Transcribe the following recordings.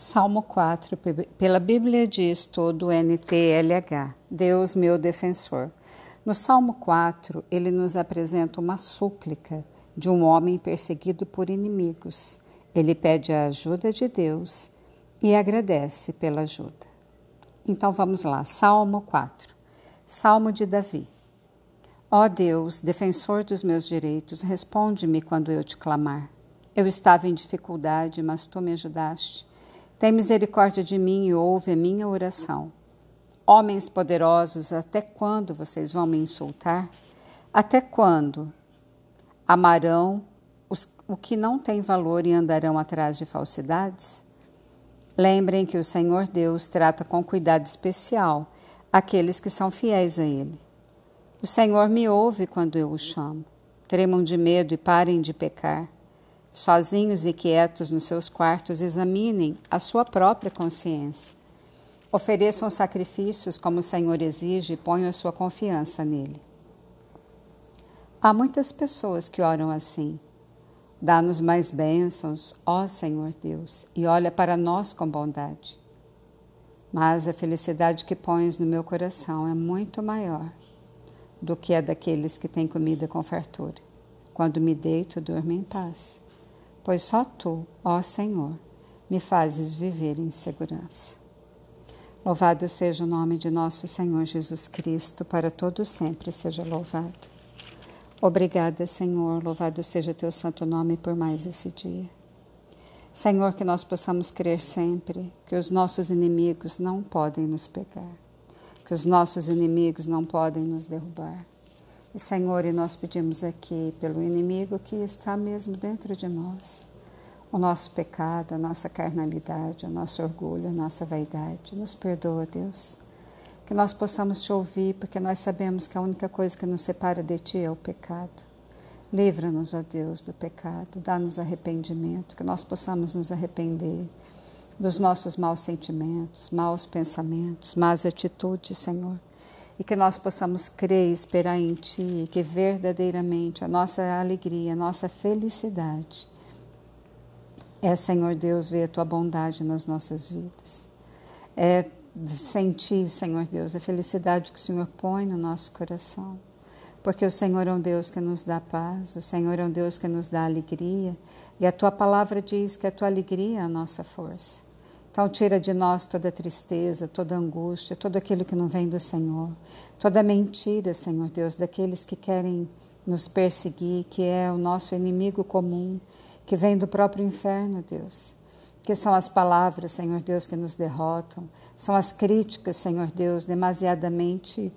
Salmo 4, pela Bíblia de Estudo NTLH, Deus meu defensor. No Salmo 4, ele nos apresenta uma súplica de um homem perseguido por inimigos. Ele pede a ajuda de Deus e agradece pela ajuda. Então vamos lá, Salmo 4, Salmo de Davi. Ó Deus, defensor dos meus direitos, responde-me quando eu te clamar. Eu estava em dificuldade, mas tu me ajudaste. Tem misericórdia de mim e ouve a minha oração. Homens poderosos, até quando vocês vão me insultar? Até quando amarão o que não tem valor e andarão atrás de falsidades? Lembrem que o Senhor Deus trata com cuidado especial aqueles que são fiéis a Ele. O Senhor me ouve quando eu o chamo. Tremam de medo e parem de pecar. Sozinhos e quietos nos seus quartos, examinem a sua própria consciência. Ofereçam sacrifícios como o Senhor exige e ponham a sua confiança nele. Há muitas pessoas que oram assim. Dá-nos mais bênçãos, ó Senhor Deus, e olha para nós com bondade. Mas a felicidade que pões no meu coração é muito maior do que a daqueles que têm comida com fartura. Quando me deito, durmo em paz. Pois só tu, ó Senhor, me fazes viver em segurança. Louvado seja o nome de nosso Senhor Jesus Cristo, para todo sempre seja louvado. Obrigada, Senhor, louvado seja teu santo nome por mais esse dia. Senhor, que nós possamos crer sempre que os nossos inimigos não podem nos pegar, que os nossos inimigos não podem nos derrubar. E, Senhor, e nós pedimos aqui pelo inimigo que está mesmo dentro de nós, o nosso pecado, a nossa carnalidade, o nosso orgulho, a nossa vaidade. Nos perdoa, Deus, que nós possamos te ouvir, porque nós sabemos que a única coisa que nos separa de ti é o pecado. Livra-nos, ó Deus, do pecado, dá-nos arrependimento, que nós possamos nos arrepender dos nossos maus sentimentos, maus pensamentos, más atitudes, Senhor. E que nós possamos crer e esperar em Ti, e que verdadeiramente a nossa alegria, a nossa felicidade é, Senhor Deus, ver a Tua bondade nas nossas vidas. É sentir, Senhor Deus, a felicidade que o Senhor põe no nosso coração. Porque o Senhor é um Deus que nos dá paz, o Senhor é um Deus que nos dá alegria, e a Tua palavra diz que a Tua alegria é a nossa força. Então tira de nós toda tristeza, toda angústia, tudo aquilo que não vem do Senhor, toda mentira, Senhor Deus, daqueles que querem nos perseguir, que é o nosso inimigo comum, que vem do próprio inferno, Deus. Que são as palavras, Senhor Deus, que nos derrotam, são as críticas, Senhor Deus, demasiadamente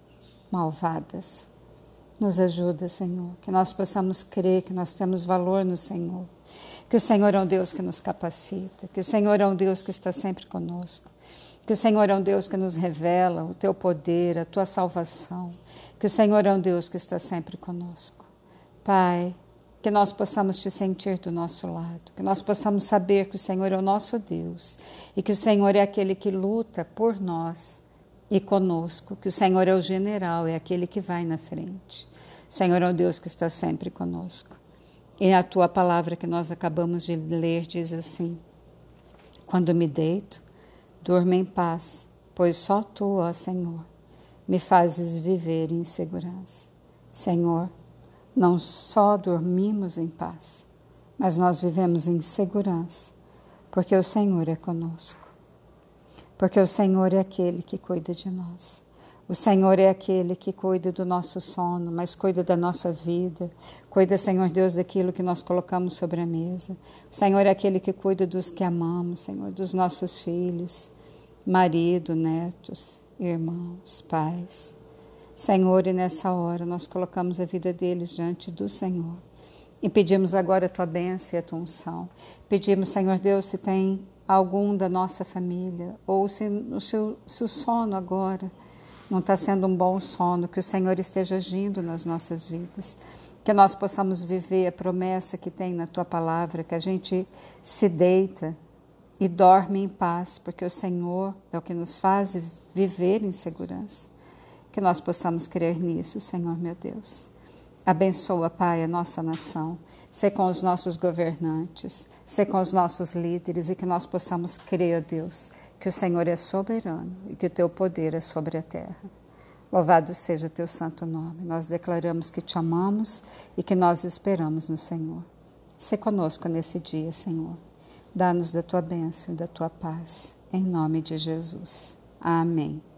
malvadas. Nos ajuda, Senhor, que nós possamos crer que nós temos valor no Senhor, que o Senhor é um Deus que nos capacita, que o Senhor é um Deus que está sempre conosco, que o Senhor é um Deus que nos revela o Teu poder, a Tua salvação, que o Senhor é um Deus que está sempre conosco. Pai, que nós possamos Te sentir do nosso lado, que nós possamos saber que o Senhor é o nosso Deus e que o Senhor é aquele que luta por nós e conosco, que o Senhor é o general, é aquele que vai na frente. O Senhor é o Deus que está sempre conosco. E a Tua palavra que nós acabamos de ler diz assim: quando me deito, durmo em paz, pois só Tu, ó Senhor, me fazes viver em segurança. Senhor, não só dormimos em paz, mas nós vivemos em segurança, porque o Senhor é conosco. Porque o Senhor é aquele que cuida de nós. O Senhor é aquele que cuida do nosso sono, mas cuida da nossa vida. Cuida, Senhor Deus, daquilo que nós colocamos sobre a mesa. O Senhor é aquele que cuida dos que amamos, Senhor, dos nossos filhos, marido, netos, irmãos, pais. Senhor, e nessa hora nós colocamos a vida deles diante do Senhor. E pedimos agora a Tua bênção e a Tua unção. Pedimos, Senhor Deus, se tem algum da nossa família, ou se o sono agora não está sendo um bom sono, que o Senhor esteja agindo nas nossas vidas, que nós possamos viver a promessa que tem na Tua palavra, que a gente se deita e dorme em paz, porque o Senhor é o que nos faz viver em segurança, que nós possamos crer nisso, Senhor meu Deus. Abençoa, Pai, a nossa nação. Sê com os nossos governantes, sê com os nossos líderes e que nós possamos crer, ó Deus, que o Senhor é soberano e que o teu poder é sobre a terra. Louvado seja o teu santo nome. Nós declaramos que te amamos e que nós esperamos no Senhor. Sê conosco nesse dia, Senhor. Dá-nos da tua bênção e da tua paz. Em nome de Jesus. Amém.